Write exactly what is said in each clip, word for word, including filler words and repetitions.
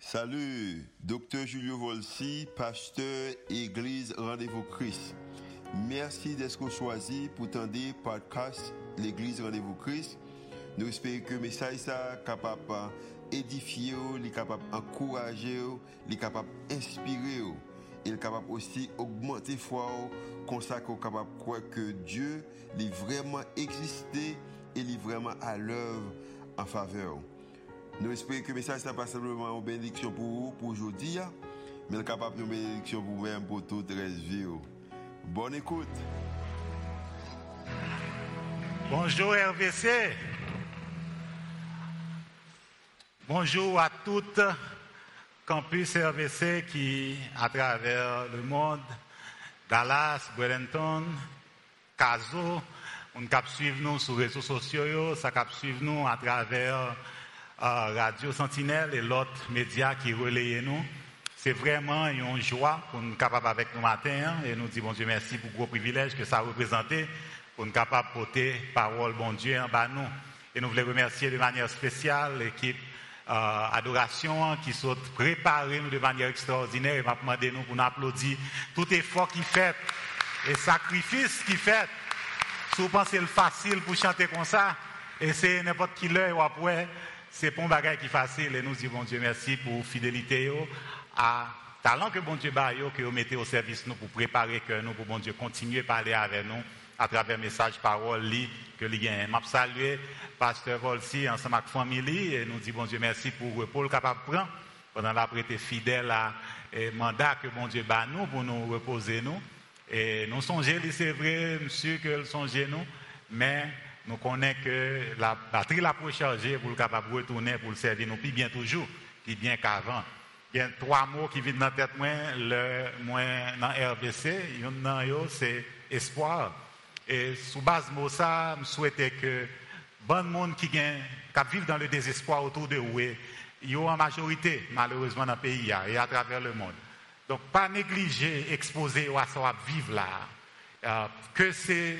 Salut, docteur Julio Volsi, pasteur Église Rendez-vous Christ. Merci d'être choisi pour tendre podcast l'Église Rendez-vous Christ. Nous espérons que le message est capable d'édifier, capable d'encourager, capable d'inspirer. Il est capable aussi d'augmenter la foi, comme ça qu'on est capable de croire que Dieu est vraiment existé et est vraiment à l'œuvre en faveur. Nous espérons que le message n'est pas simplement une bénédiction pour vous, pour aujourd'hui, mais il est capable de une bénédiction pour vous-même, pour toute la vie. Bonne écoute. Bonjour R V C. Bonjour à toutes campus R V C qui, à travers le monde, Dallas, Wellington, Caso, on cap suivre nous sur les réseaux sociaux, ça cap suivre nous à travers euh, Radio Sentinelle et l'autre média qui relayent nous. C'est vraiment une joie pour nous capables avec nous matin et nous disons bon Dieu merci pour le gros privilège que ça représente pour nous capables de porter parole bon Dieu en bas nous. Et nous voulons remercier de manière spéciale l'équipe euh, adoration qui sont préparés nous de manière extraordinaire et m'a demandé nous pour nous applaudir tout effort qui fait et sacrifice qui fait. Si vous pensez le facile pour chanter comme ça et c'est n'importe qui l'heure ou après c'est pour un bagage qui est facile et nous disons bon Dieu merci pour fidélité à talent que bon Dieu ba yo que vous mettez au service nous pour préparer que nous pour bon Dieu continuer à parler avec nous à travers message parole li que li gagne. M'a saluer pasteur Volsi ensemble avec famille et nous dit bon Dieu merci pour repos le capable prendre pendant la prêter fidèle à et mandat que bon Dieu ba nous pour nous reposer nous et nous songer c'est vrai monsieur que le songer nous mais nous connaissons que la batterie la pour charger pour le capable retourner pour le servir nous plus bien toujours puis bien qu'avant. Il y a trois mots qui viennent dans la tête moi le moi dans R V C, une nan yo c'est espoir. Et sous base mot ça, je souhaitais que bon monde qui gagne qui vivent dans le désespoir autour de vous, il y a en majorité malheureusement dans le pays et à travers le monde. Donc pas négliger exposer à ça vivre là euh, que c'est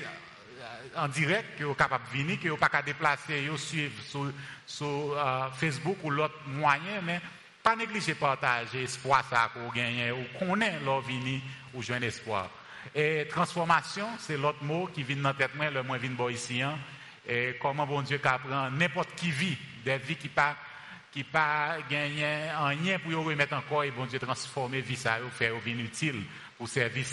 en direct que vous capable de venir que vous pas qu'à déplacer vous suivre sur sur uh, Facebook ou l'autre moyen mais pas négliger partager espoir ça qu'on gagne ou connaît leur venir ou joindre espoir. Et transformation, c'est l'autre mot qui vient dans la tête, moi, le moins vient de ici. Hein. Et comment bon Dieu qu'apprend n'importe qui vit, des vies qui pas qui pas gagner en rien pour y remettre encore et bon Dieu transformer vie ça, faire vie utile pour service.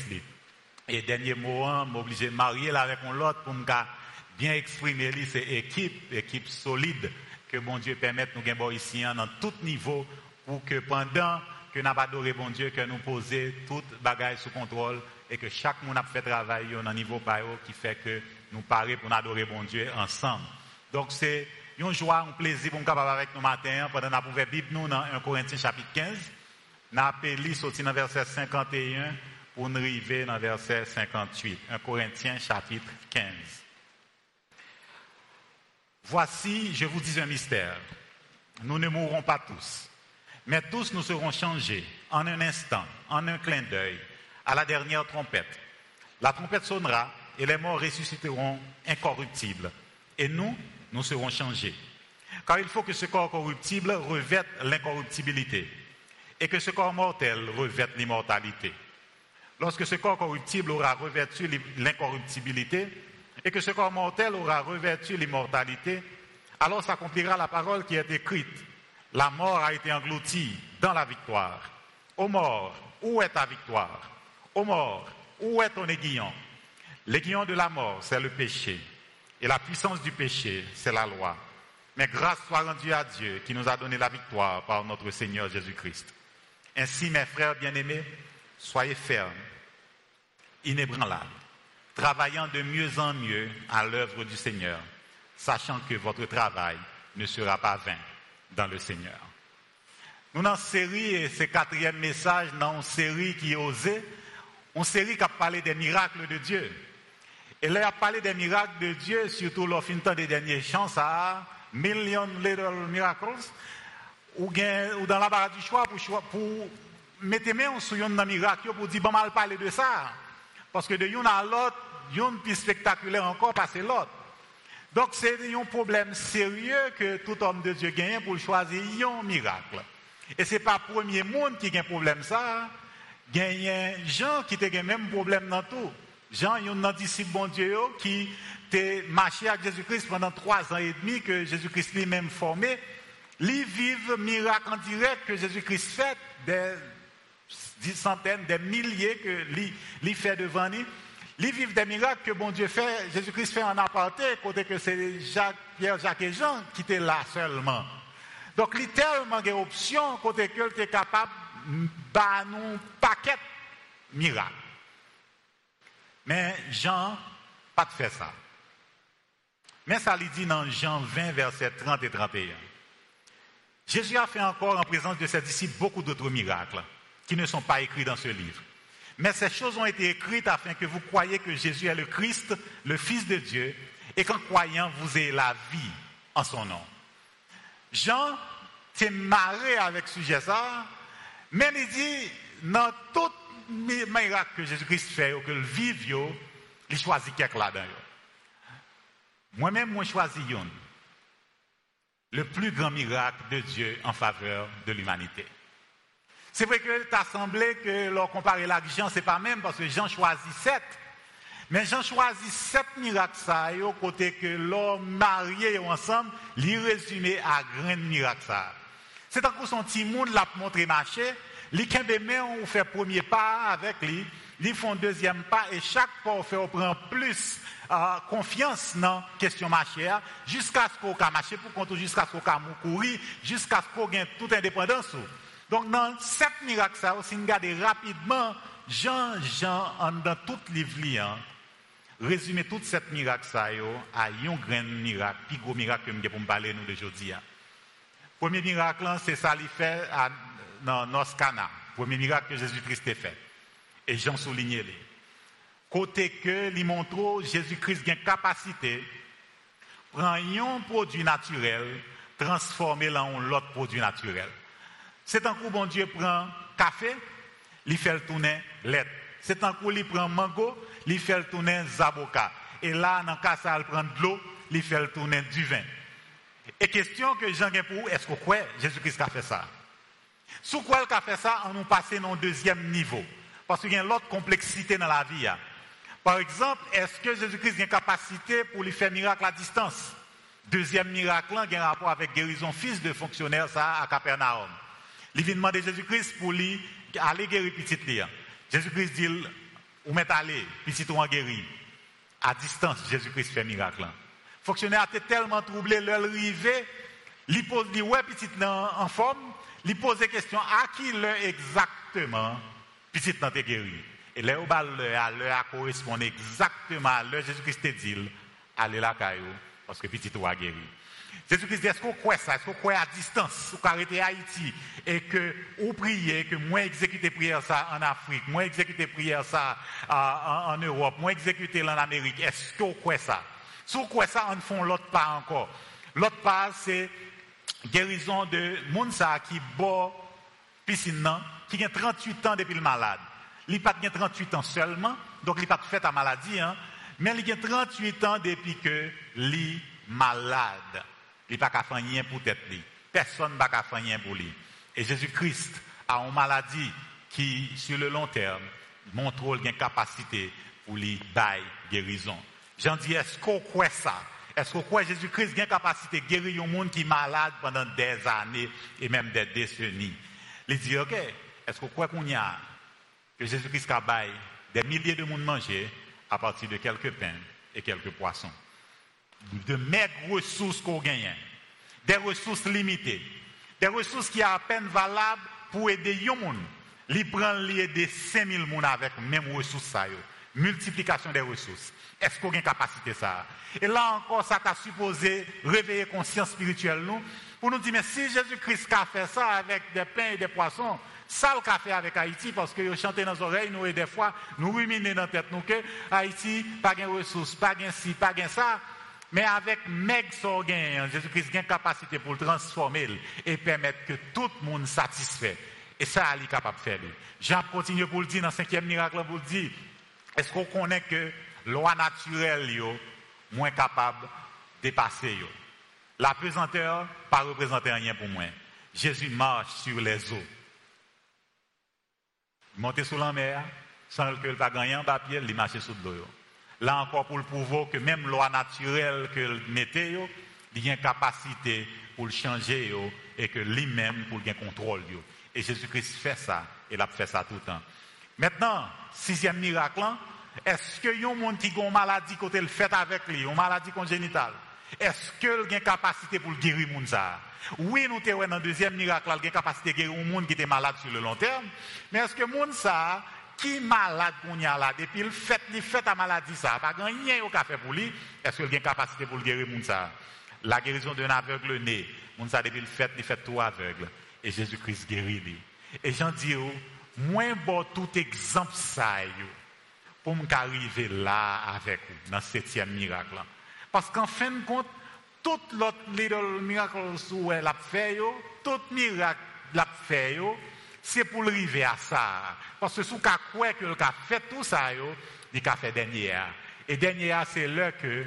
Et dernier mot, hein, m'obliger de marier là avec l'autre pour me bien exprimer lui, c'est équipe, équipe solide que bon Dieu permette nous gagner ici hein, dans tout niveau pour que pendant que nous adoré bon Dieu, que nous poser toute bagaille sous contrôle et que chaque monde a fait travail au niveau qui fait que nous parler pour adorer bon Dieu ensemble. Donc c'est une joie, un plaisir pour nous capable avec nous matin pendant nous pouvons Bible nous dans un Corinthiens chapitre quinze. Nous appelé sorti dans verset cinquante et un pour nous arriver dans verset cinquante-huit. un Corinthiens chapitre quinze. Voici, je vous dis un mystère. Nous ne mourrons pas tous, mais tous nous serons changés en un instant, en un clin d'œil, à la dernière trompette. La trompette sonnera et les morts ressusciteront incorruptibles. Et nous, nous serons changés. Car il faut que ce corps corruptible revête l'incorruptibilité et que ce corps mortel revête l'immortalité. Lorsque ce corps corruptible aura revêtu l'incorruptibilité et que ce corps mortel aura revêtu l'immortalité, alors s'accomplira la parole qui est écrite. La mort a été engloutie dans la victoire. Ô mort, où est ta victoire? Ô mort, où est ton aiguillon? L'aiguillon de la mort, c'est le péché. Et la puissance du péché, c'est la loi. Mais grâce soit rendue à Dieu qui nous a donné la victoire par notre Seigneur Jésus-Christ. Ainsi, mes frères bien-aimés, soyez fermes, inébranlables, travaillant de mieux en mieux à l'œuvre du Seigneur, sachant que votre travail ne sera pas vain dans le Seigneur. Nous dans cette série, et c'est quatrième message dans une série qui est osée, une série qui a parlé des miracles de Dieu. Et là, il a parlé des miracles de Dieu, surtout lors fin des derniers chants, ça, Million Little Miracles, ou, ou dans la barre du choix pour, pour mettre main sur un miracle pour dire, bon, mal parler de ça. Parce que de l'un à l'autre, il y a une plus spectaculaire encore parce que l'autre. Donc, c'est un problème sérieux que tout homme de Dieu gagne pour choisir un miracle. Et ce n'est pas le premier monde qui a un problème ça. Il y a des gens qui ont le même problème dans tout. Jean, il y a un disciple bon Dieu qui a marché avec Jésus-Christ pendant trois ans et demi, que Jésus-Christ lui-même formé. Ils vivent miracle en direct que Jésus-Christ fait, des centaines, des milliers que lui fait devant nous. Ils vivent des miracles que bon Dieu fait, Jésus-Christ fait en aparté, côté que c'est Jacques, Pierre, Jacques et Jean qui étaient là seulement. Donc, il y a tellement d'options côté que tu es capable de faire un paquet de miracles. Mais Jean, pas de faire ça. Mais ça lui dit dans Jean vingt, versets trente et trente et un. Jésus a fait encore en présence de ses disciples beaucoup d'autres miracles qui ne sont pas écrits dans ce livre. Mais ces choses ont été écrites afin que vous croyiez que Jésus est le Christ, le Fils de Dieu, et qu'en croyant, vous ayez la vie en son nom. Jean s'est marré avec ce sujet ça, mais il dit, dans tout miracle que Jésus-Christ fait, ou que le vive, il choisit quelque là-dedans. Moi-même, moi, je choisis une. Le plus grand miracle de Dieu en faveur de l'humanité. C'est vrai que tu as semblé que l'on compare avec Jean, ce n'est pas même parce que Jean choisit sept. Mais Jean choisit sept miracles, ça, et au côté que l'homme marié ensemble, lui résumé à grand miracle. Ça. C'est un coup son petit monde l'a montré marcher, les Kembémé ont fait premier pas avec lui, ils font deuxième pas, et chaque pas on fait on prend plus euh, confiance dans la question marcher, jusqu'à ce qu'on ait marché pour compter, jusqu'à ce qu'on ait courir, jusqu'à ce qu'on ait toute indépendance. Donc, dans sept miracles, ça, si nous regardons rapidement, Jean, Jean, dans tout livre, résumer tous ces miracles, ça, à un grand miracle, plus gros miracle que nous pour parler nous d'aujourd'hui. Le premier miracle, c'est ça qu'il fait dans Nos Cana. Le premier miracle que Jésus-Christ a fait. Et Jean souligne les. Côté que, il montre Jésus-Christ a une capacité, prendre un produit naturel, transformer en l'autre produit naturel. C'est un coup, bon Dieu prend café, il fait le tourner lait. C'est un coup, il prend mango, il fait le tourner zaboka. Et là, dans le cas, ça, il prend de l'eau, il fait le tourner du vin. Et question que Jean a pour est-ce que quoi Jésus-Christ a fait ça? Sous quoi il a fait ça, on nous passe dans le deuxième niveau. Parce qu'il y a une autre complexité dans la vie. Par exemple, est-ce que Jésus-Christ a une capacité pour lui faire miracle à distance? Deuxième miracle, il y a un rapport avec guérison fils de fonctionnaire ça, à Capernaum. Il vient demander Jésus-Christ pour lui aller guérir petit li. Jésus-Christ dit, ou met aller, petit ou en guéri. À distance, Jésus-Christ fait miracle. Le fonctionnaire était tellement troublé, leur arrivé, il pose, dit, ouais, petit en forme, il pose des questions, à qui l'heure exactement, petit n'a été guéri. Et l'heure où l'heure correspond exactement à l'heure Jésus-Christ te dit, allez là, caillou, parce que petit ou a guéri. Jésus-Christ dit, est-ce qu'on croit ça? Est-ce qu'on croit à distance? Ou arrêter Haïti et que vous priez, que moi exécuter prière ça en Afrique, moi exécuter prière ça euh, en, en Europe, moi exécuter en Amérique. Est-ce qu'on croit ça? Si vous croyez ça, on fait l'autre pas encore. L'autre pas, c'est guérison de Mounsa qui boit piscine, qui a trente-huit ans depuis le malade. Il n'a pas trente-huit ans seulement, donc il n'a pas fait ta maladie, hein, mais il a trente-huit ans depuis que il est malade. Il n'a pas faire rien pour tête lui. Personne n'a pas faire rien pour lui. Et Jésus-Christ a une maladie qui, sur le long terme, montre qu'il a une capacité pour lui bailler guérison. J'en dis, est-ce qu'on croit ça? Est-ce qu'on croit que Jésus-Christ a une capacité de guérir un monde qui est malade pendant des années et même des décennies? Il dit, ok, est-ce qu'on croit qu'on y a que Jésus-Christ a baillé des milliers de monde manger à partir de quelques pains et quelques poissons? De maigres ressources qu'on gagne, des ressources limitées, des ressources qui sont à peine valables pour aider les gens. Ils prennent aider cinq mille personnes avec les mêmes ressources, ça, multiplication des ressources. Est-ce qu'on a une capacité ça? Et là encore, ça t'a supposé réveiller la conscience spirituelle nous, pour nous dire, mais si Jésus-Christ a fait ça avec des pains et des poissons, ça le a fait avec Haïti, parce que chanter dans nos oreilles, nous, et des fois, nous ruminons dans la tête, nous, que Haïti, pas de ressources, pas de ci, pas de ça. Mais avec Meg Sorgain, Jésus-Christ a une capacité pour le transformer et permettre que tout le monde satisfait. Et ça, il est capable de faire. Jean continue pour le dire dans le cinquième miracle, pour le dire, est-ce qu'on connaît que loi naturelle est moins capable de dépasser? La pesanteur, pas représenter rien pour moi. Jésus marche sur les eaux. Monter sur la mer, sans que le pas gagner en papier, il marche sur l'eau. Là encore, pour le prouver que même loi naturelle que le mettez, il a une capacité pour le changer et que lui-même pour le contrôle. Et Jésus-Christ fait ça, et il a fait ça tout le temps. Maintenant, sixième miracle, est-ce que y a un monde qui a une maladie côté le fait avec lui, une maladie congénitale? Est-ce qu'il a une capacité pour guérir le monde ça? Oui, nous avons dans le deuxième miracle, il a une capacité de guérir un monde qui était malade sur le long terme. Mais est-ce que le monde ça, qui est malade qu'on y a là, depuis le fait, il fait la maladie ça, pas rien au café pour lui, est-ce qu'il a une capacité pour guérir le monde ça? La guérison d'un aveugle né, le monde ça depuis le fait, il fait tout aveugle. Et Jésus-Christ guérit lui. Et j'en dis, moins bon tout exemple ça, pour m'arriver là avec vous, dans ce septième miracle. Parce qu'en fin de compte, tout l'autre little miracle où elle a fait, tout miracle l'a fait, c'est pour arriver à ça. Parce que sous cas quoi que le a fait tout ça, il a fait dernière. Et dernière, c'est là que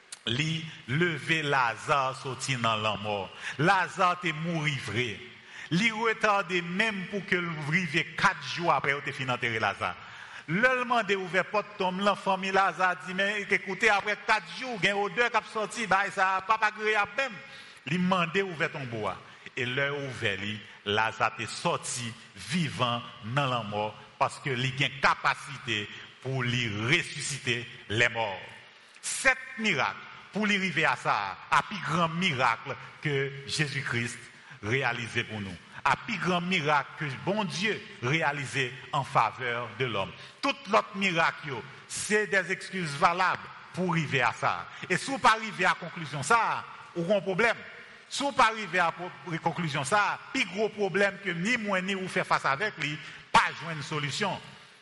lui lever Lazare sorti dans la mort. Lazare est mort vrai. Lui retardé même pour que le rive quatre jours après il fini d'enterrer Lazare. Le demandé ouvert porte tombe l'enfant mi Lazare dit mais écoutez après quatre jours gain odeur qui a sorti bah ça pas agréable même. Lui demandé ouvert tombeau et l'heure ouvert lui Lazare est sorti vivant dans la mort parce que lui a une capacité pour lui ressusciter les morts. Sept miracles pour lui arriver à ça, à plus grand miracle que Jésus-Christ réalisé pour nous. À plus grand miracle que bon Dieu réalisé en faveur de l'homme. Tout l'autre miracle, c'est des excuses valables pour arriver à ça. Et si vous pas arriver à la conclusion ça, vous avez un problème. Si vous pas arriver à la conclusion ça, plus gros problème que ni moi ni vous faire face avec lui, pas joindre une solution.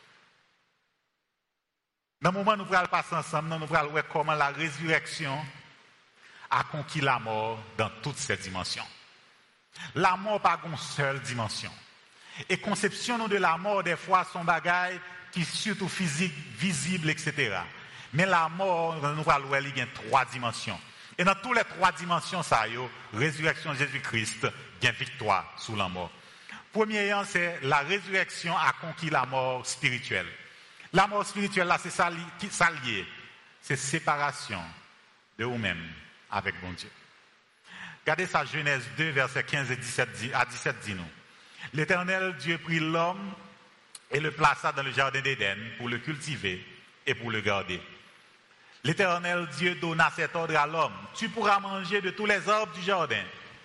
Dans le moment où nous allons passer ensemble, nous allons voir comment la résurrection a conquis la mort dans toutes ses dimensions. La mort n'a pas une seule dimension. Et conception de la mort, des fois, sont bagailles qui sont surtout physiques, visibles, et cetera. Mais la mort, nous allons voir, il y a trois dimensions. Et dans toutes les trois dimensions, ça y est, résurrection de Jésus-Christ, il y a victoire sous la mort. Premier, c'est la résurrection a conquis la mort spirituelle. La mort spirituelle, là, c'est ça, ça lié. C'est séparation de vous-même avec bon Dieu. Regardez ça, Genèse deux, versets quinze et dix-sept, à dix-sept, dit-nous. L'Éternel Dieu prit l'homme et le plaça dans le jardin d'Éden pour le cultiver et pour le garder. L'Éternel Dieu donna cet ordre à l'homme. Tu pourras manger de tous les arbres du jardin,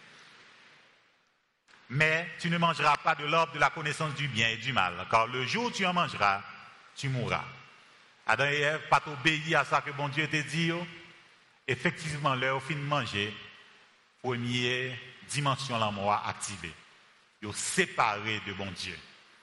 mais tu ne mangeras pas de l'arbre de la connaissance du bien et du mal, car le jour où tu en mangeras, tu mourras. Adam et Ève, pas obéir à ça que bon Dieu t'a dit. Effectivement, leur fin de manger, première dimension la mort activée. Ils sont séparés de bon Dieu.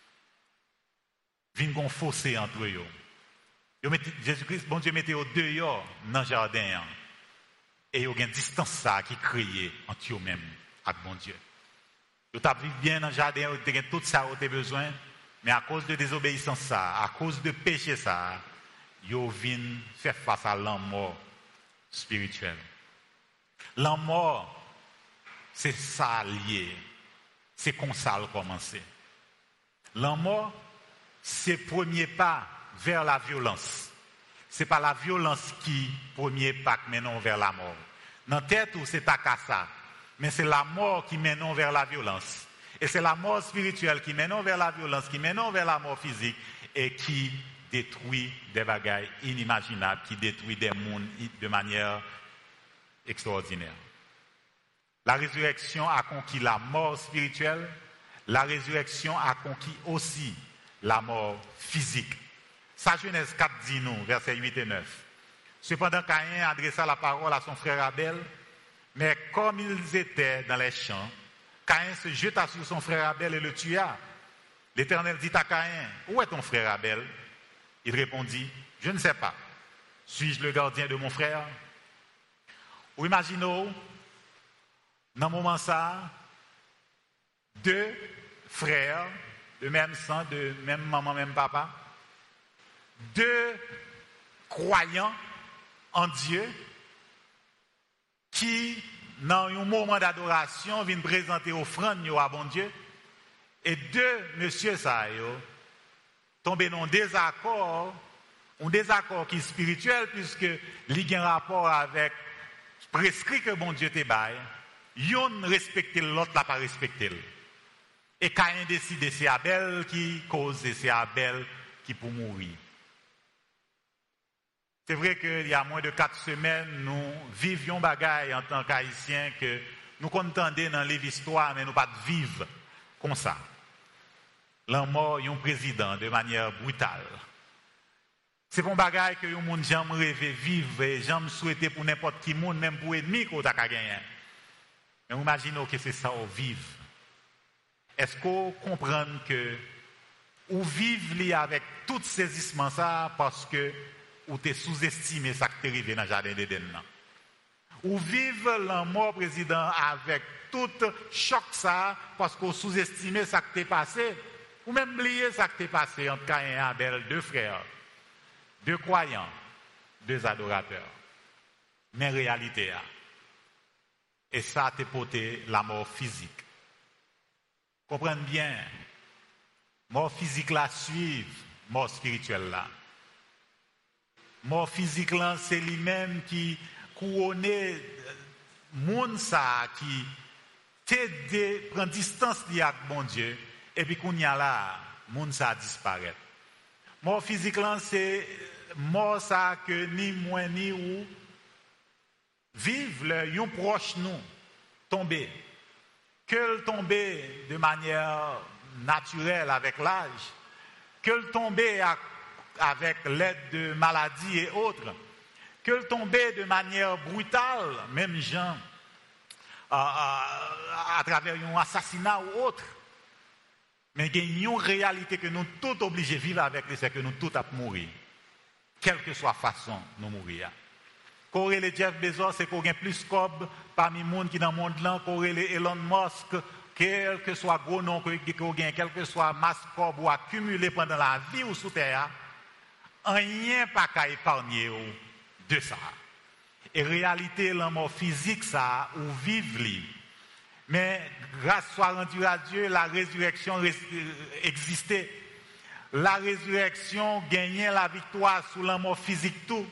Ils ont fossé entre eux. Jésus-Christ, bon Dieu, mettait au dehors dans le jardin. Et il y a une distance ça qui est créée entre eux-mêmes avec bon Dieu. Ils ont vécu bien dans le jardin, ils ont tout ça qu'ils ont besoin. Mais à cause de désobéissance ça, à cause de péché ça, ils viennent faire face à la mort spirituelle. La mort, c'est ça lié. C'est comme ça le commencer. La mort, c'est le premier pas vers la violence. Ce n'est pas la violence qui premier pas qui mène vers la mort. Dans la tête, ce n'est pas qu'à ça. Mais c'est la mort qui mène vers la violence. Et c'est la mort spirituelle qui mène vers la violence, qui mène vers la mort physique et qui détruit des bagailles inimaginables, qui détruit des mondes de manière extraordinaire. La résurrection a conquis la mort spirituelle, la résurrection a conquis aussi la mort physique. Ça, Genèse quatre dit nous, versets huit et neuf. Cependant, Caïn adressa la parole à son frère Abel, mais comme ils étaient dans les champs, Caïn se jeta sur son frère Abel et le tua. L'Éternel dit à Caïn, où est ton frère Abel? Il répondit, je ne sais pas. Suis-je le gardien de mon frère? Ou imaginez, dans ce moment ça, deux frères, de même sang, de même maman, même papa, deux croyants en Dieu qui dans un moment d'adoration, viennent présenter offrande à bon Dieu. Et deux, monsieur ça, tombent dans un désaccord, un désaccord qui est spirituel, puisque il y a un rapport avec prescrit que bon Dieu te baille. Yon respecte l'autre, n'a pas respecté. Et Caïn décide, c'est Abel qui cause, c'est Abel qui pour mourir. C'est vrai qu'il y a moins de quatre semaines, nous vivions bagaille en tant qu'Haïtiens que nous contendons dans les histoires, mais nous pas vivre comme ça. L'un mort un président de manière brutale. C'est pour bagaille que yon moun j'aime rêver vivre et j'aime souhaiter pour n'importe qui monde, même pour ennemi qu'on t'a gagné. Mais imaginez que c'est ça on vive. Est-ce qu'on comprend que ou vivre avec tout saisissement ça parce que ou t'es sous-estimé ça qui t'est arrivé dans le jardin d'Éden. Ou vivre la mort président avec tout choc ça parce qu'on sous-estimé ça qui t'est passé. Ou même oublier ça qui t'est passé entre Caïn et Abel, deux frères, deux croyants, deux adorateurs. Mais réalité là. Et ça t'a porté la mort physique. Comprenez bien, mort physique la suive, mort spirituelle là. Mort physique là, c'est lui-même qui couronne monde ça qui t'aide prend distance avec bon Dieu et puis qu'on y a là, monde ça disparaît. Mort physique là, c'est mort ça que ni moi ni ou vivre le yon proche nous tomber. Que le tomber de manière naturelle avec l'âge, que le tomber à avec l'aide de maladies et autres, que le tomber de manière brutale, même gens, à, à, à travers un assassinat ou autre. Mais il y a une réalité que nous tous obligés de vivre avec, c'est que nous tous à mourir. Quelle que soit la façon de mourir. Corrélé Jeff Bezos, c'est qu'on a plus cob parmi les gens qui dans le monde là, corrélé Elon Musk, quel que soit gros nom qu'on a, quel que soit masse cob ou accumulé pendant la vie ou sous terre, rien pas qu'à épargner de ça. Et réalité, la mort physique, ça, ou vivre libre. Mais grâce soit rendue à Dieu, la résurrection existait. La résurrection gagnait la victoire sous la mort physique tout.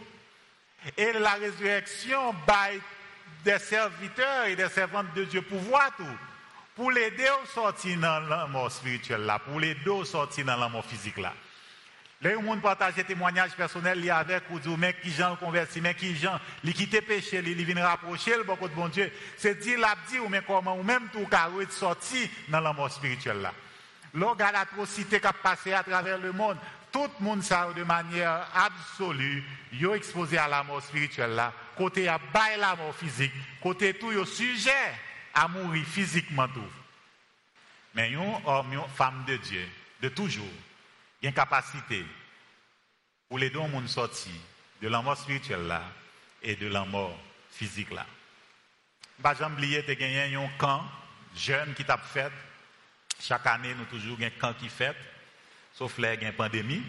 Et la résurrection baille des serviteurs et des servantes de Dieu pouvoir tout. Pour l'aider à sortir dans la mort spirituelle là, pour l'aider à sortir dans la mort physique là. Là, où on partage des témoignages personnels avec ou dire mais qui gens converti, mais qui gens li quitter péché, il vient rapprocher le beaucoup de bon Dieu. C'est dire l'a dit ou mais comment ou même tout carré de sortir dans la mort spirituelle là. L'organe atrocité qui a passé à travers le monde, tout le monde ça de manière absolue, yo exposé à la mort spirituelle là, côté à bail la mort physique, côté tout yo sujet à mourir physiquement tout. Mais yon homme, yon femme de Dieu, de toujours, il y a une capacité pour les deux monde sortir de la mort spirituelle là et de la mort physique là. Bah j'aime oublier te gagné un camp jeune qui t'a fait. Chaque année nous toujours un camp qui fait, sauf là il y a une pandémie.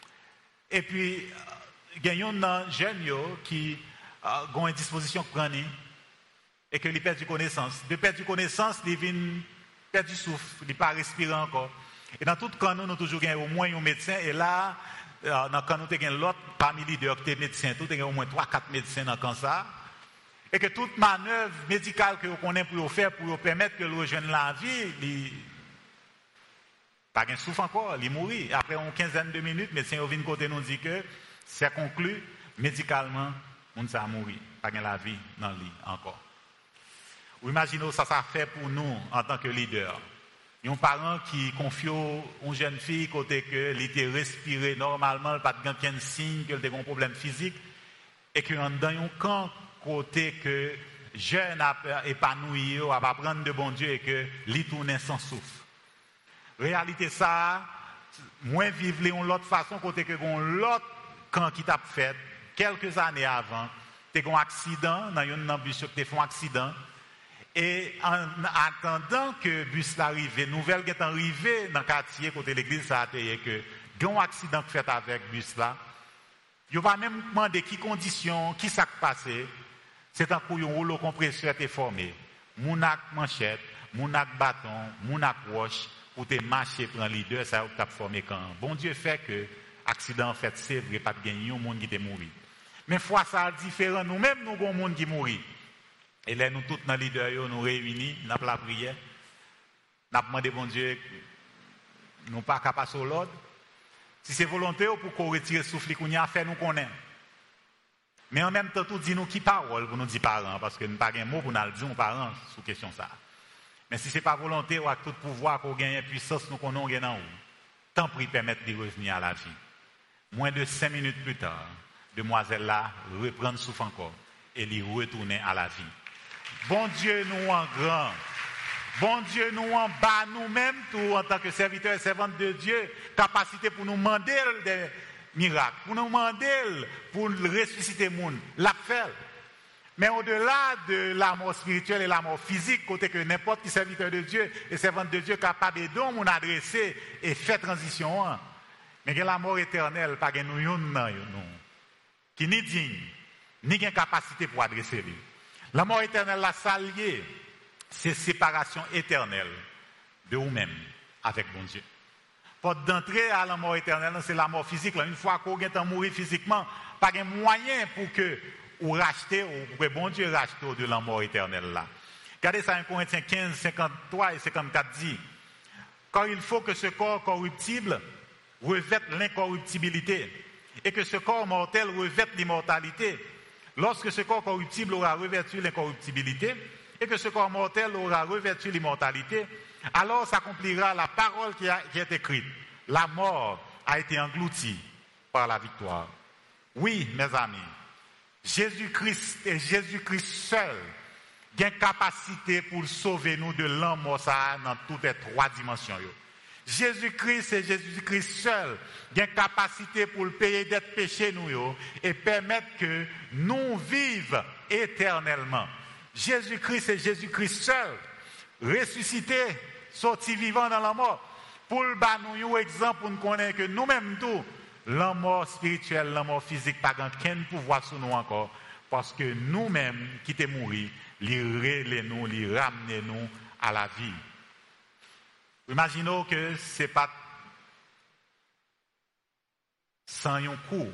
Et puis gagnons un jeune yo qui a une disposition chronique et que il perd du connaissance. De perdre du connaissance, il vient perdre du souffle, il pas respirer encore. Et dans tout camp, nous avons toujours au moins un médecin. Et là, dans le camp, nous avons l'autre parmi les leaders qui sont médecins. Nous avons au moins trois quatre médecins dans le camp. Ça. Et que toute manœuvre médicale que vous connaissez pour faire, pour vous permettre que vous rejoignez la vie, il pas de souffle encore, il mourit. Après une quinzaine de minutes, le médecin vient côté nous dit que c'est conclu, médicalement, on a mouru. Pas de la vie dans le lit encore. Vous imaginez ça, ça fait pour nous en tant que leader. Il y a un parent qui confie une jeune fille côté que elle était respirée normalement, pas de aucun signe qu'elle a un problème physique, et que dans un camp côté que jeune a épanoui, a pas prendre de bon Dieu et que lui tourne sans souffle. Réalité ça, moins vivre de l'autre façon côté que l'autre camp qui t'a fait quelques années avant, tu as un accident dans une embûche, tu as fait un accident. Et en attendant que le bus arrive, nouvelle qui est arrivée dans le quartier côté l'église, ça a été que il y a un accident fait avec le bus là. Il va même demander qui conditions, qui s'est passé. C'est un coup, un rouleau compresseur t'est formé. Moun ak manchette, moun ak bâton, moun ak roche, pour te marcher prendre leader, ça t'a formé quand. Bon Dieu fait que accident fait c'est vrai pas gagner un monde qui t'est mourir. Mais fois ça différent, nous-mêmes nous gon monde qui mourir. Et là nous tous dans leader yo nous réunis, n'a la prière. N'a demandé bon Dieu nous pas capable sur l'ordre. Si c'est volontaire pour qu'on retire souffle qu'on y a fait nous connaît. Mais en même temps tout dit nous qui parole pour nous dire parents parce que nous pas un mot pour nous dire aux parents sur question ça. Mais si c'est pas volontaire ou avec tout pouvoir qu'on gagne puissance nous connaissons gagne en tant pis permettre de revenir à la vie. Moins de cinq minutes plus tard, demoiselle là reprendre souffle encore et lui retourner à la vie. Bon Dieu nous en grand. Bon Dieu nous en bas nous-mêmes tout en tant que serviteurs et servantes de Dieu, capacité pour nous demander des miracles, pour nous demander pour ressusciter le monde, l'a fait. Mais au-delà de la mort spirituelle et la mort physique, côté que n'importe qui serviteur de Dieu et servante de Dieu capable de don mon adresser et faire transition, mais que la mort éternelle pas que nous yon qui ni digne ni gain capacité pour adresser lui. La mort éternelle la salier, c'est séparation éternelle de vous-même avec bon Dieu. Porte d'entrée à la mort éternelle, c'est la mort physique. Une fois qu'on est mourir physiquement, pas de moyen pour que ou racheter ou pour que bon Dieu rachète de la mort éternelle là. Regardez ça en Corinthiens quinze, cinquante-trois et cinquante-quatre dit. Car il faut que ce corps corruptible revête l'incorruptibilité et que ce corps mortel revête l'immortalité. Lorsque ce corps corruptible aura revêtu l'incorruptibilité et que ce corps mortel aura revêtu l'immortalité, alors s'accomplira la parole qui, a, qui est écrite. La mort a été engloutie par la victoire. Oui, mes amis, Jésus-Christ et Jésus-Christ seul a capacité pour sauver nous de l'homme mort dans toutes les trois dimensions. Jésus-Christ et Jésus-Christ seul a capacité pour payer des péchés nous et permettre que nous vivions éternellement. Jésus-Christ et Jésus-Christ seul ressuscité, sorti vivant dans la mort. Pour le bas nous exemple pour nous connaître que nous-mêmes tout, la mort spirituelle, la mort physique, pas aucun pouvoir sur nous encore. Parce que nous-mêmes qui t'es mourir, les relais nous, les ramener nous à la vie. Imaginons que ce n'est pas sans un coup.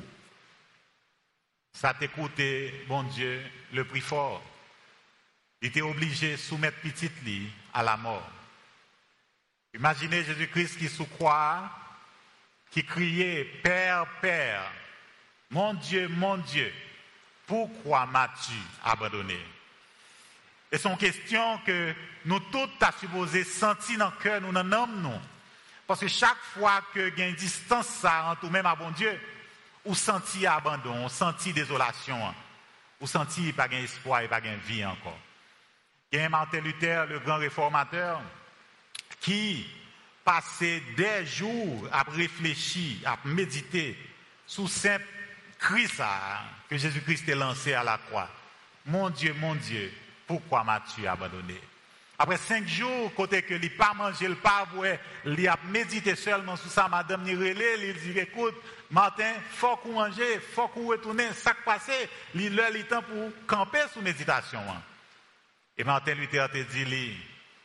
Ça t'a coûté, bon Dieu, le prix fort. Il était obligé de soumettre petite lit à la mort. Imaginez Jésus-Christ qui sous croix, qui criait « Père, Père, mon Dieu, mon Dieu, pourquoi m'as-tu abandonné ?» Et c'est une question que nous tous avons supposé sentir dans le cœur, nous dans l'âme, nous. Parce que chaque fois qu'il y a une distance ça, entre nous-mêmes à bon Dieu, ou senti abandon, ou senti désolation, ou senti pas d'espoir et pas de vie encore. Il y a Martin Luther, le grand réformateur, qui passait des jours à réfléchir, à méditer sous simple cri ça que Jésus-Christ a lancé à la croix. Mon Dieu, mon Dieu, pourquoi m'as-tu abandonné? Après cinq jours, côté que il pas mangé, il pas boire, il a médité seulement sur ça, madame ni relé, il dit écoute, Martin, faut qu'on mange, faut qu'on retourne, ça qui passe, il a le temps pour camper sous méditation. Et Martin Luther te dit,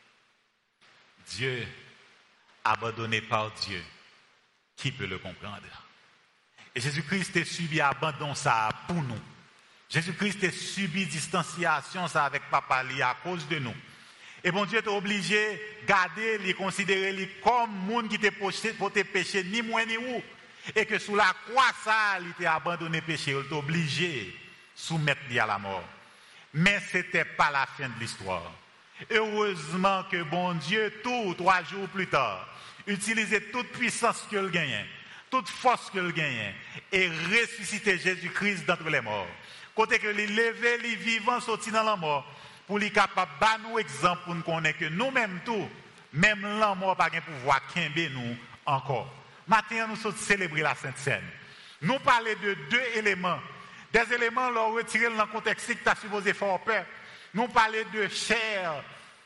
Dieu, abandonné par Dieu, qui peut le comprendre? Et Jésus-Christ a subi abandon ça pour nous. Jésus-Christ a subi distanciation ça avec papa li à cause de nous. Et bon Dieu est obligé de garder, de considérer li comme monde qui t'a porté péché ni moins ni où. Et que sous la croix ça, il t'a abandonné péché, il t'a obligé de soumettre lui à la mort. Mais ce n'était pas la fin de l'histoire. Heureusement que bon Dieu, tout trois jours plus tard, utilisait toute puissance qu'il gagnait, toute force qu'il gagnait, et ressuscité Jésus-Christ d'entre les morts. Côté que les lever, les vivants sortis dans la mort, pour les capables de nous exemple pour nous connaître que nous-mêmes tout, même la mort pas de pouvoir quimber nous encore. Maintenant, nous sommes célébrer la Sainte Seine. Nous parlons de deux éléments. Des éléments leur retirés dans le contexte que tu as supposé faire peur. Nous parlons de chair.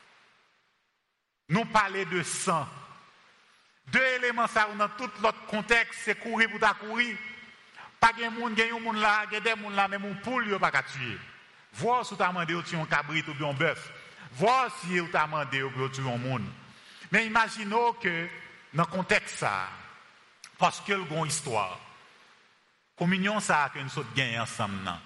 Nous parlons de sang. Deux éléments, ça, dans tout l'autre contexte, c'est courir pour ta courir. Pas de monde, il y a des gens là, mais mon poule, il n'y a pas qu'à tuer. Voir si tu as demandé tu un cabrit ou bien un bœuf. Voir si tu as demandé ou tu un monde. Mais imaginons que dans le contexte ça, parce que le une histoire, communion ça que nous sommes gagnés ensemble non.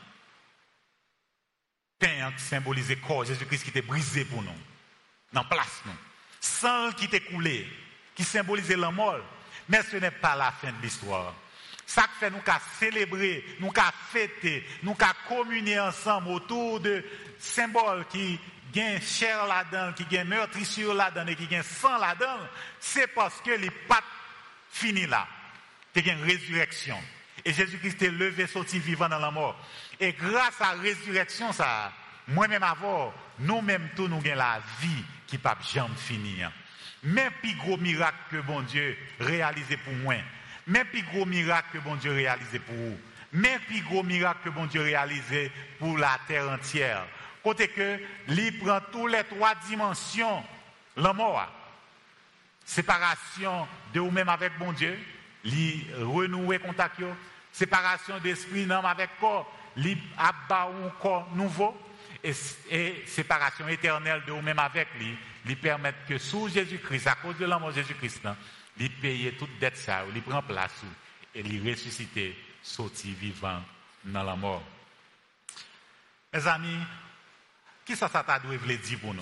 Pain qui symbolise le corps Jésus-Christ qui était brisé pour nous, dans la place nous. Sang qui était coulé, qui symbolisait la mort. Mais ce n'est pas la fin de l'histoire. Ça fait nous qu'à célébrer, nous qu'à fêter, nous qu'à communier ensemble autour de symboles qui gagnent chair là-dedans, qui gagnent meurtrissure là-dedans et qui gagnent sang là-dedans. C'est parce que les pattes fini là. Il y a une résurrection. Et Jésus-Christ est levé, sorti vivant dans la mort. Et grâce à la résurrection, ça, moi-même avant, nous-mêmes tous, nous avons la vie qui ne peut jamais finir. Mais plus gros miracle que bon Dieu réalisé pour moi. Mais plus gros miracle que bon Dieu réalisé pour vous. Mais plus gros miracle que bon Dieu réalisé pour la terre entière. Côté que, il prend toutes les trois dimensions, la mort. Séparation de vous-même avec bon Dieu, li renouer contact yo, séparation d'esprit non avec corps, li abba un corps nouveau et, et séparation éternelle de vous-même avec lui, lui permettre que sous Jésus-Christ, à cause de l'amour de Jésus-Christ, lui payer toute dette ça, lui prend place et lui ressusciter, sortir vivant dans la mort. Mes amis, qui ça ça t'a dû dire pour nous?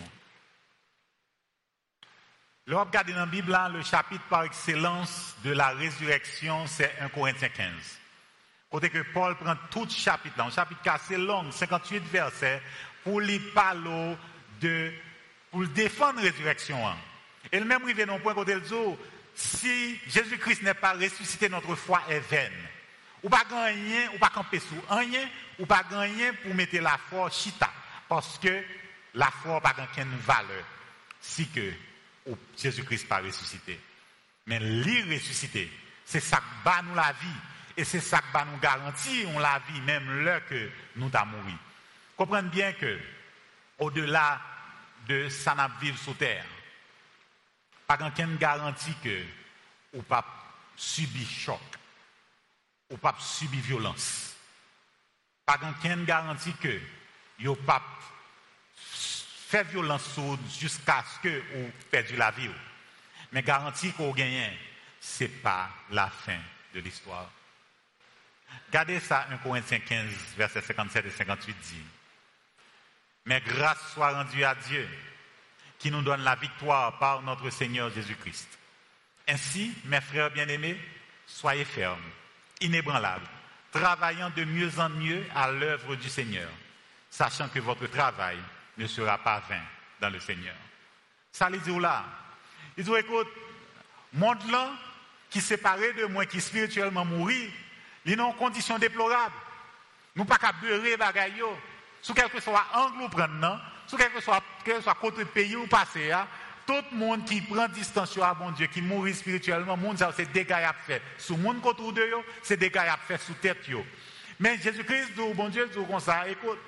Le regardez dans la Bible, là, le chapitre par excellence de la résurrection, c'est un Corinthiens quinze. Côté que Paul prend tout le chapitre, là, un chapitre assez long, cinquante-huit versets, pour lui parler de, pour défendre la résurrection. Hein. Et le même arrivé dans le point côté le jour, si Jésus-Christ n'est pas ressuscité, notre foi est vaine. Ou pas gagner, ou pas camper sous rien, ou pas gagner pour mettre la foi chita. Parce que la foi n'a pas aucune valeur. Si que Jésus-Christ pas ressuscité. Mais lui ressuscité, c'est ça qui bat nous la vie. Et c'est ça qui bat nous garantit on la vie, même l'heure que nous avons mouru. Comprenez bien que, au-delà de ça n'a vivre sur terre, pas aucune garantie que ou pas subir choc, ou pas subir violence. Pas aucune garantie que vous pas fait violence jusqu'à ce que vous perdiez la vie. Mais garantie qu'on gagne, ce n'est pas la fin de l'histoire. Regardez ça, un Corinthiens quinze, versets cinquante-sept et cinquante-huit dit. Mais grâce soit rendue à Dieu, qui nous donne la victoire par notre Seigneur Jésus-Christ. Ainsi, mes frères bien-aimés, soyez fermes, inébranlables, travaillant de mieux en mieux à l'œuvre du Seigneur, sachant que votre travail ne sera pas vain dans le Seigneur. Ça les dit là. Ils disent, écoute, monde là, qui séparé de moi, qui spirituellement mourit, il est en condition déplorable. Nous ne pouvons pas beurrer bagaille. Sous quel que soit angle ou prendre, sous quel que soit, quel soit côté pays ou passé, tout le monde qui prend distance à bon Dieu, qui mourit spirituellement, monde ça c'est dégâts à faire. Sous monde autour de eux, c'est dégâts à faire sous tête yo. Mais Jésus-Christ dit bon Dieu dit comme ça, écoute,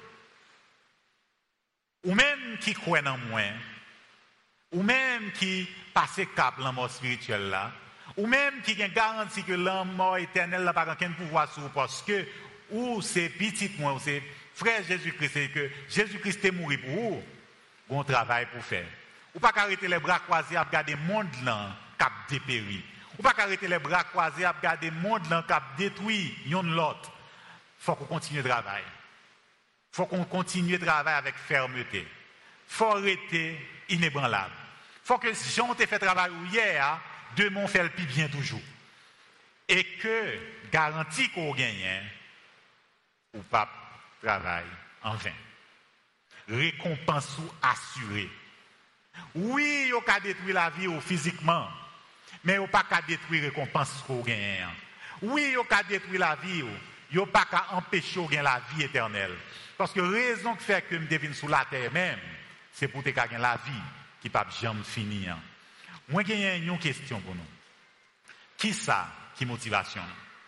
ou même qui croit en moi, ou même qui passe cap la mort spirituelle là, ou même qui a garanti que la mort éternelle n'a pas aucun pouvoir sur vous parce que ou c'est petit moi, ou c'est frère Jésus-Christ, c'est que Jésus-Christ est mort pour vous, bon travail pour faire. Ou pas arrêter les bras croisés à regarder le monde là cap dépéri. Ou pas arrêter les bras croisés à regarder le monde là cap détruit yon l'autre. Faut qu'on continue le travail. Faut qu'on continue le travail avec fermeté. Faut arrêter inébranlable. Faut que si on t'a fait travail hier, demain on fait le plus bien toujours. Et que garantie qu'on gagne ou pas travail en vain. Récompense ou assurée. Oui, vous pouvez détruire la vie physiquement, mais vous ne pouvez pas détruire la récompense qu'on gagne. Oui, vous pouvez détruire la vie, vous ne pouvez pas empêcher de gagner la vie éternelle. Parce que la raison qui fait que je devine sous la terre même, c'est pour que gagner la vie qui ne peut jamais finir. Moi, j'ai une question pour nous. Qui ça qui motivation?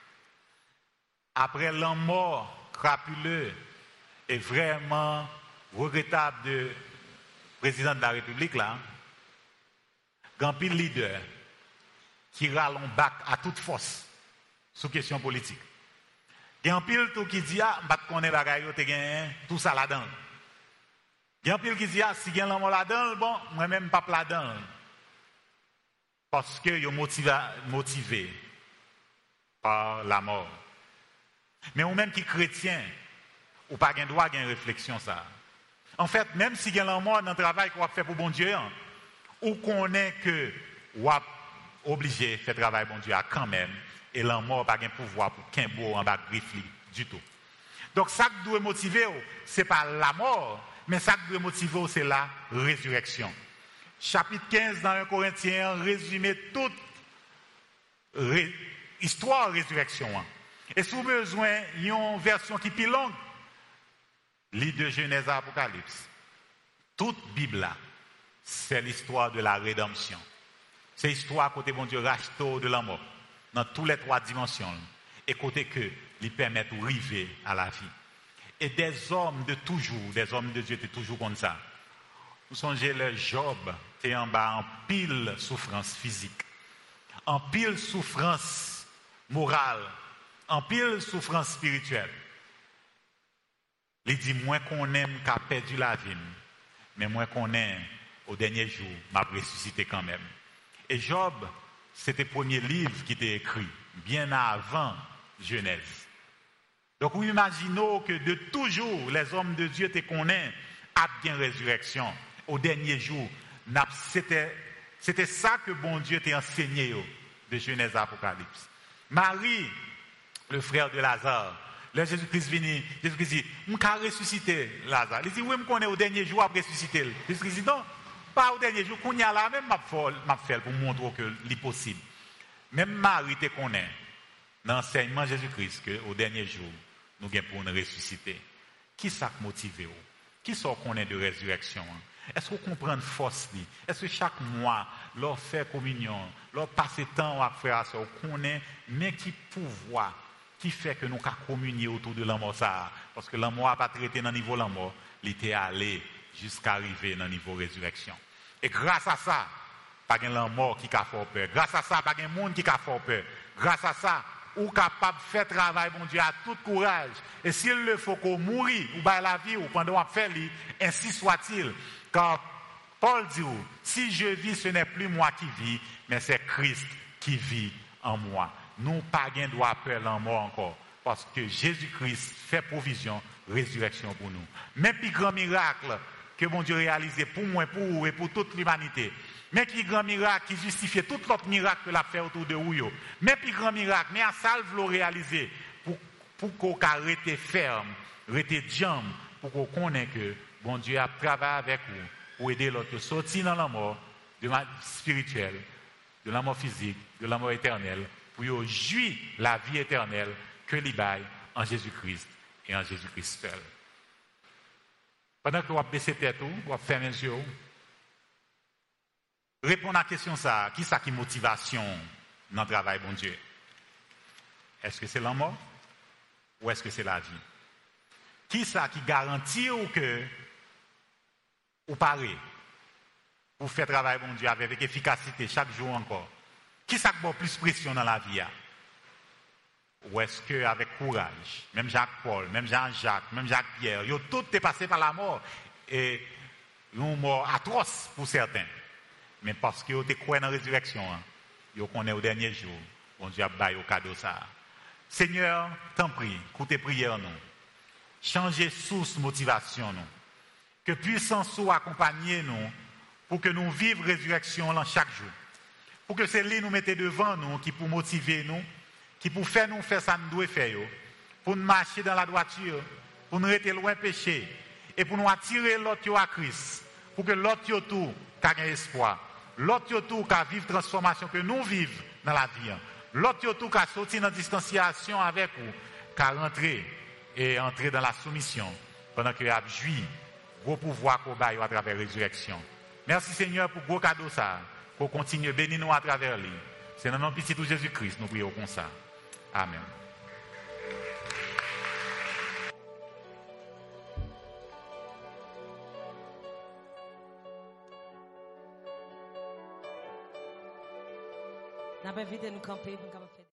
Après la mort crapuleuse et vraiment regrettable de président de la République, là, grand pile leader qui râle bac à toute force sous question politique. Il y a un pile tout qui dit ah, m'pas connaît bagaille yo te gen tout ça là-dedans. Il y a un pile qui dit ah, si gen l'amour là-dedans, bon, moi même pas là-dedans. Parce que yo motivé motivé par la mort. Mais ou même qui chrétien, ou pas gen droit gen réflexion ça. En fait, même si gen l'amour dans le travail qu'on a fait pour bon Dieu, hein, ou qu'on est que ou a obligé de faire travail bon Dieu quand même. Et l'amour n'a pas de pouvoir pour qu'un beau en bas griffe du tout. Donc, ça qui doit motiver, ce n'est pas la mort, mais ça qui doit motiver, c'est la résurrection. Chapitre quinze dans un Corinthien résumé toute ré, histoire de résurrection. Et si vous avez besoin d'une version qui est plus longue, lis de Genèse à Apocalypse. Toute Bible là, c'est l'histoire de la rédemption. C'est l'histoire côté bon Dieu racheté de la mort. Dans toutes les trois dimensions, et côté que lui permettent de arriver à la vie. Et des hommes de toujours, des hommes de Dieu étaient toujours comme ça. Vous songez le Job, était en bas en pile souffrance physique, en pile souffrance morale, en pile souffrance spirituelle. Il dit moins qu'on aime qu'a perdu la vie, mais moins qu'on aime au dernier jour, m'a ressuscité quand même. Et Job, c'était le premier livre qui était écrit, bien avant Genèse. Donc, vous imaginez que de toujours, les hommes de Dieu te connaissent à bien résurrection. Au dernier jour, c'était, c'était ça que bon Dieu t'a enseigné de Genèse à Apocalypse. Marie, le frère de Lazare, le Jésus-Christ venu, Jésus-Christ dit, je vais ressusciter Lazare. Il dit, oui, je connais au dernier jour à ressusciter. Jésus-Christ dit, non. Pas au dernier jour, qu'on y a là, même m'a fait pour montrer que c'est possible. Même Marie te connaît dans l'enseignement de Jésus-Christ qu'au dernier jour, nous avons pour nous ressusciter. Qui ça motive? Qui ça connaît de résurrection? Est-ce qu'on comprend la force? Est-ce que chaque mois, leur faire communion, leur passer temps à frère ça, on connaît, mais qui pouvoir, qui fait que nous pouvons communier autour de l'amour ça? Parce que l'amour n'a pas traité dans le niveau de l'amour, il était allé jusqu'à arriver dans le niveau de résurrection. Et grâce à ça, pas de l'amour qui a fait peur. Grâce à ça, pas de monde qui a fait peur. Grâce à ça, ou capable de faire travail, mon Dieu, à tout courage. Et s'il le faut qu'on mourit, ou bien la vie, ou pendant qu'on fait, ainsi soit-il. Car Paul dit, si je vis, ce n'est plus moi qui vis, mais c'est Christ qui vit en moi. Nous, pas de droit peur la mort encore. Parce que Jésus-Christ fait provision, résurrection pour nous. Même plus grand miracle que mon Dieu réalisé pour moi, pour vous et pour toute l'humanité. Mais qui grand miracle qui justifie tout l'autre miracle que l'a fait autour de vous. Mais plus grand miracle, mais à ça le réalisé pour, pour qu'on reste ferme, reste jam, pour qu'on connaisse que bon Dieu a travaillé avec vous pour aider l'autre à sortir dans la mort, de la spirituelle, de la mort physique, de la mort éternelle, pour jouir la vie éternelle que l'Ibaï en Jésus-Christ et en Jésus-Christ seul. Pendant que vous baissez tête, vous fermez les yeux, répondez à la question ça, qui ça qui motivation dans le travail, bon Dieu? Est-ce que c'est la mort ou est-ce que c'est la vie? Qui ça qui garantit ou que ou paré pour faire travail, bon Dieu, avec efficacité chaque jour encore? Qui ça qui a plus pression dans la vie? Ou est-ce qu'avec courage, même Jacques-Paul, même Jean-Jacques, même Jacques-Pierre, ils ont tous été passés par la mort et une mort atroce pour certains. Mais parce qu'ils ont été croyants dans la résurrection, ils connaissent au dernier jour, bon Dieu a baillé au cadeau ça. Seigneur, t'en prie, écoutez prière nous. Changez source motivation nous. Que puissance soit accompagner nous pour que nous vivions la résurrection là chaque jour. Pour que c'est lui nous mette devant nous qui pour motiver nous, qui pour faire nous faire ça nous doit faire, pour nous marcher dans la droiture, pour nous rester loin péché, et pour nous attirer l'autre à Christ, pour que l'autre tout ait espoir, l'autre tout ait vivre la transformation que nous vivons dans la vie, l'autre tout ait sorti dans la distanciation avec vous, ait rentré et entrer dans la soumission, pendant qu'il a joui gros pouvoir qu'on baille à travers la résurrection. Merci Seigneur pour gros cadeau ça, pour continuer à bénir nous à travers lui. C'est dans notre petit tout Jésus-Christ, nous prions comme ça. Amen. N'a pas invité nous camper pour